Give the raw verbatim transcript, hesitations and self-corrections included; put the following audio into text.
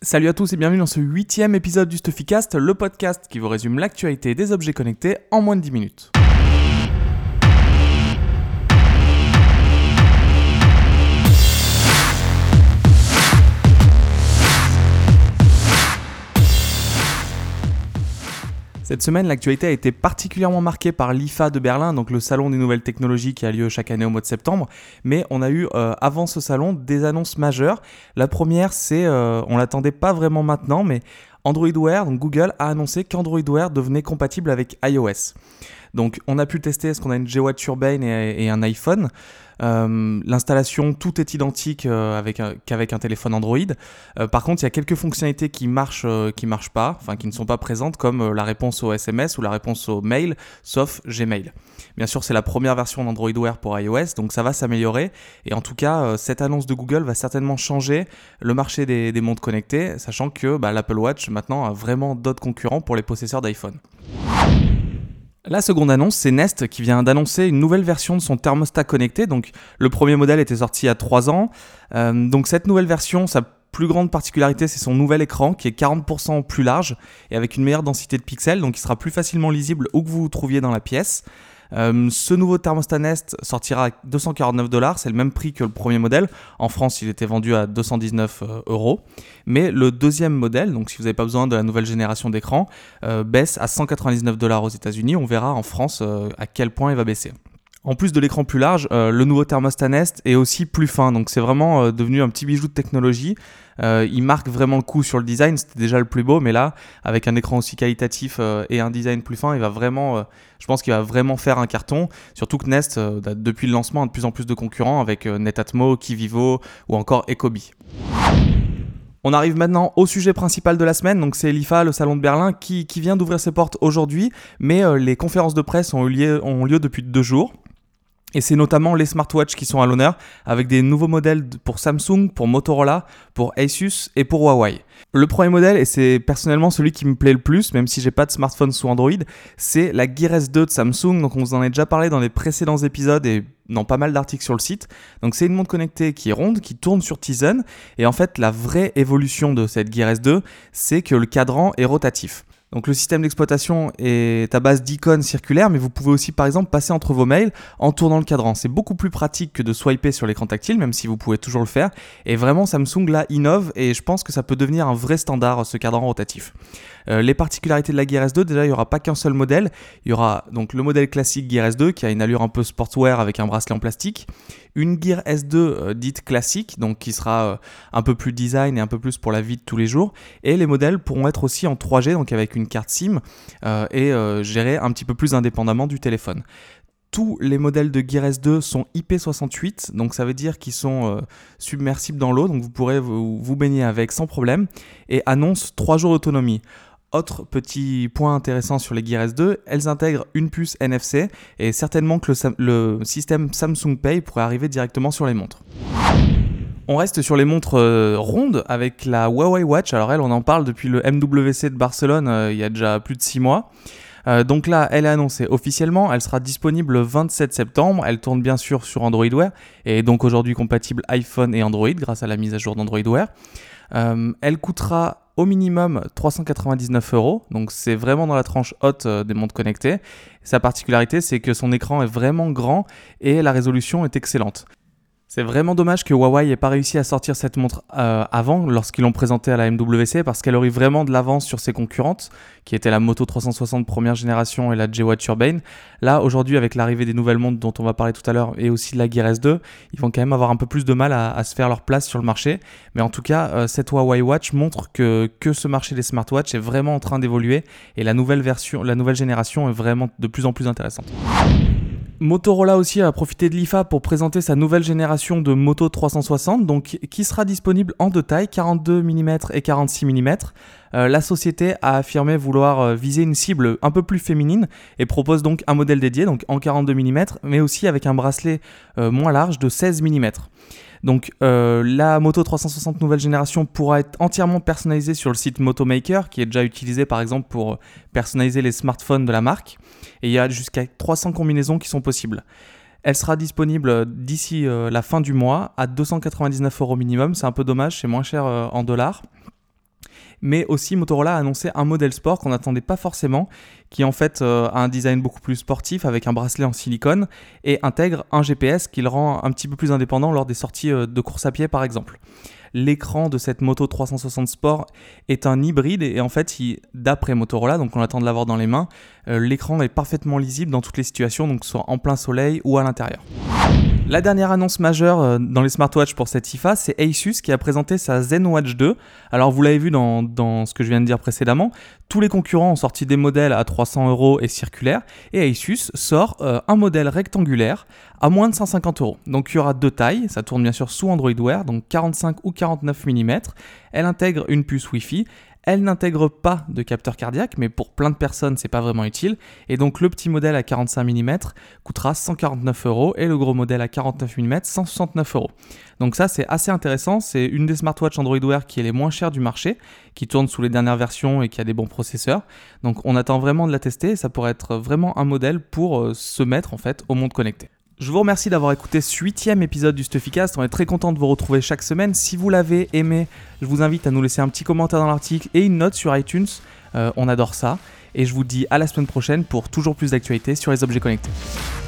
Salut à tous et bienvenue dans ce huitième épisode du Stuffycast, le podcast qui vous résume l'actualité des objets connectés en moins de dix minutes. Cette semaine, l'actualité a été particulièrement marquée par l'I F A de Berlin, donc le salon des nouvelles technologies qui a lieu chaque année au mois de septembre. Mais on a eu, euh, avant ce salon, des annonces majeures. La première, c'est, euh, on l'attendait pas vraiment maintenant, mais Android Wear, donc Google, a annoncé qu'Android Wear devenait compatible avec iOS. Donc on a pu le tester, est-ce qu'on a une G Watch Urbane et, et un iPhone. Euh, l'installation, tout est identique euh, avec un, qu'avec un téléphone Android. Euh, par contre, il y a quelques fonctionnalités qui marchent, euh, qui marchent pas, enfin qui ne sont pas présentes, comme euh, la réponse au S M S ou la réponse au mail, sauf Gmail. Bien sûr, c'est la première version d'Android Wear pour iOS, donc ça va s'améliorer. Et en tout cas, euh, cette annonce de Google va certainement changer le marché des, des montres connectées, sachant que bah, l'Apple Watch maintenant a vraiment d'autres concurrents pour les possesseurs d'iPhone. La seconde annonce, c'est Nest qui vient d'annoncer une nouvelle version de son thermostat connecté. Donc, le premier modèle était sorti il y a trois ans. Euh, donc, cette nouvelle version, sa plus grande particularité, c'est son nouvel écran qui est quarante pour cent plus large et avec une meilleure densité de pixels. Donc, il sera plus facilement lisible où que vous vous trouviez dans la pièce. Euh, ce nouveau thermostat Nest sortira à deux cent quarante-neuf dollars, c'est le même prix que le premier modèle. En France, il était vendu à deux cent dix-neuf euros. Mais le deuxième modèle, donc si vous n'avez pas besoin de la nouvelle génération d'écran, euh, baisse à cent quatre-vingt-dix-neuf dollars aux États-Unis. On verra en France euh, à quel point il va baisser. En plus de l'écran plus large, euh, le nouveau thermostat Nest est aussi plus fin, donc c'est vraiment euh, devenu un petit bijou de technologie. Euh, il marque vraiment le coup sur le design, c'était déjà le plus beau, mais là, avec un écran aussi qualitatif euh, et un design plus fin, il va vraiment, euh, je pense qu'il va vraiment faire un carton. Surtout que Nest, euh, depuis le lancement, a de plus en plus de concurrents avec euh, Netatmo, Kivivo ou encore Ecobee. On arrive maintenant au sujet principal de la semaine, donc c'est l'I F A, le salon de Berlin, qui, qui vient d'ouvrir ses portes aujourd'hui, mais euh, les conférences de presse ont eu lieu, ont lieu depuis deux jours. Et c'est notamment les smartwatches qui sont à l'honneur, avec des nouveaux modèles pour Samsung, pour Motorola, pour Asus et pour Huawei. Le premier modèle, et c'est personnellement celui qui me plaît le plus, même si j'ai pas de smartphone sous Android, c'est la Gear S deux de Samsung. Donc on vous en a déjà parlé dans les précédents épisodes et dans pas mal d'articles sur le site. Donc c'est une montre connectée qui est ronde, qui tourne sur Tizen. Et en fait, la vraie évolution de cette Gear S deux, c'est que le cadran est rotatif. Donc le système d'exploitation est à base d'icônes circulaires, mais vous pouvez aussi par exemple passer entre vos mails en tournant le cadran. C'est beaucoup plus pratique que de swiper sur l'écran tactile, même si vous pouvez toujours le faire. Et vraiment Samsung là innove et je pense que ça peut devenir un vrai standard, ce cadran rotatif. Euh, les particularités de la Gear S deux, déjà il n'y aura pas qu'un seul modèle. Il y aura donc le modèle classique Gear S deux qui a une allure un peu sportswear avec un bracelet en plastique. Une Gear S deux euh, dite classique, donc qui sera euh, un peu plus design et un peu plus pour la vie de tous les jours. Et les modèles pourront être aussi en trois G, donc avec une carte SIM euh, et euh, gérés un petit peu plus indépendamment du téléphone. Tous les modèles de Gear S deux sont I P soixante-huit, donc ça veut dire qu'ils sont euh, submersibles dans l'eau, donc vous pourrez vous, vous baigner avec sans problème, et annoncent trois jours d'autonomie. Autre petit point intéressant sur les Gear S deux, elles intègrent une puce N F C et certainement que le, le système Samsung Pay pourrait arriver directement sur les montres. On reste sur les montres euh, rondes avec la Huawei Watch. Alors elle, on en parle depuis le M W C de Barcelone euh, il y a déjà plus de six mois. Euh, donc là, elle est annoncée officiellement, elle sera disponible le vingt-sept septembre, elle tourne bien sûr sur Android Wear et est donc aujourd'hui compatible iPhone et Android grâce à la mise à jour d'Android Wear. Euh, elle coûtera au minimum trois cent quatre-vingt-dix-neuf euros, donc c'est vraiment dans la tranche haute euh, des montres connectées. Sa particularité, c'est que son écran est vraiment grand et la résolution est excellente. C'est vraiment dommage que Huawei n'ait pas réussi à sortir cette montre euh, avant, lorsqu'ils l'ont présentée à la M W C, parce qu'elle aurait vraiment de l'avance sur ses concurrentes, qui étaient la Moto trois cent soixante première génération et la G Watch Urbane. Là, aujourd'hui, avec l'arrivée des nouvelles montres dont on va parler tout à l'heure, et aussi de la Gear S deux, ils vont quand même avoir un peu plus de mal à, à se faire leur place sur le marché. Mais en tout cas, euh, cette Huawei Watch montre que, que ce marché des smartwatches est vraiment en train d'évoluer, et la nouvelle version, la nouvelle génération est vraiment de plus en plus intéressante. Motorola aussi a profité de l'I F A pour présenter sa nouvelle génération de Moto trois cent soixante, donc qui sera disponible en deux tailles, quarante-deux millimètres et quarante-six millimètres. Euh, la société a affirmé vouloir euh, viser une cible un peu plus féminine et propose donc un modèle dédié, donc en quarante-deux millimètres, mais aussi avec un bracelet euh, moins large de seize millimètres. Donc euh, la Moto trois cent soixante nouvelle génération pourra être entièrement personnalisée sur le site Motomaker, qui est déjà utilisé par exemple pour personnaliser les smartphones de la marque. Et il y a jusqu'à trois cents combinaisons qui sont possibles. Elle sera disponible d'ici euh, la fin du mois à deux cent quatre-vingt-dix-neuf euros minimum. C'est un peu dommage, c'est moins cher euh, en dollars. mais aussi Motorola a annoncé un modèle sport qu'on n'attendait pas forcément, qui en fait euh, a un design beaucoup plus sportif avec un bracelet en silicone et intègre un G P S qui le rend un petit peu plus indépendant lors des sorties euh, de course à pied par exemple. L'écran de cette Moto trois cent soixante Sport est un hybride et en fait, il, d'après Motorola, donc on attend de l'avoir dans les mains, euh, l'écran est parfaitement lisible dans toutes les situations, donc soit en plein soleil ou à l'intérieur. La dernière annonce majeure euh, dans les smartwatches pour cette I F A, c'est Asus qui a présenté sa ZenWatch deux. Alors vous l'avez vu dans, dans ce que je viens de dire précédemment, tous les concurrents ont sorti des modèles à trois cents euros et circulaires, et Asus sort euh, un modèle rectangulaire à moins de cent cinquante euros. Donc il y aura deux tailles, ça tourne bien sûr sous Android Wear, donc quarante-cinq ou quarante-neuf millimètres. Elle intègre une puce Wi-Fi. Elle n'intègre pas de capteur cardiaque, mais pour plein de personnes, c'est pas vraiment utile. Et donc le petit modèle à quarante-cinq millimètres coûtera cent quarante-neuf euros et le gros modèle à quarante-neuf millimètres cent soixante-neuf euros. Donc ça, c'est assez intéressant. C'est une des smartwatches Android Wear qui est les moins chères du marché, qui tourne sous les dernières versions et qui a des bons processeurs. Donc on attend vraiment de la tester et ça pourrait être vraiment un modèle pour euh, se mettre en fait au monde connecté. Je vous remercie d'avoir écouté ce huitième épisode du Stuffycast. On est très content de vous retrouver chaque semaine. Si vous l'avez aimé, je vous invite à nous laisser un petit commentaire dans l'article et une note sur iTunes. Euh, on adore ça. Et je vous dis à la semaine prochaine pour toujours plus d'actualités sur les objets connectés.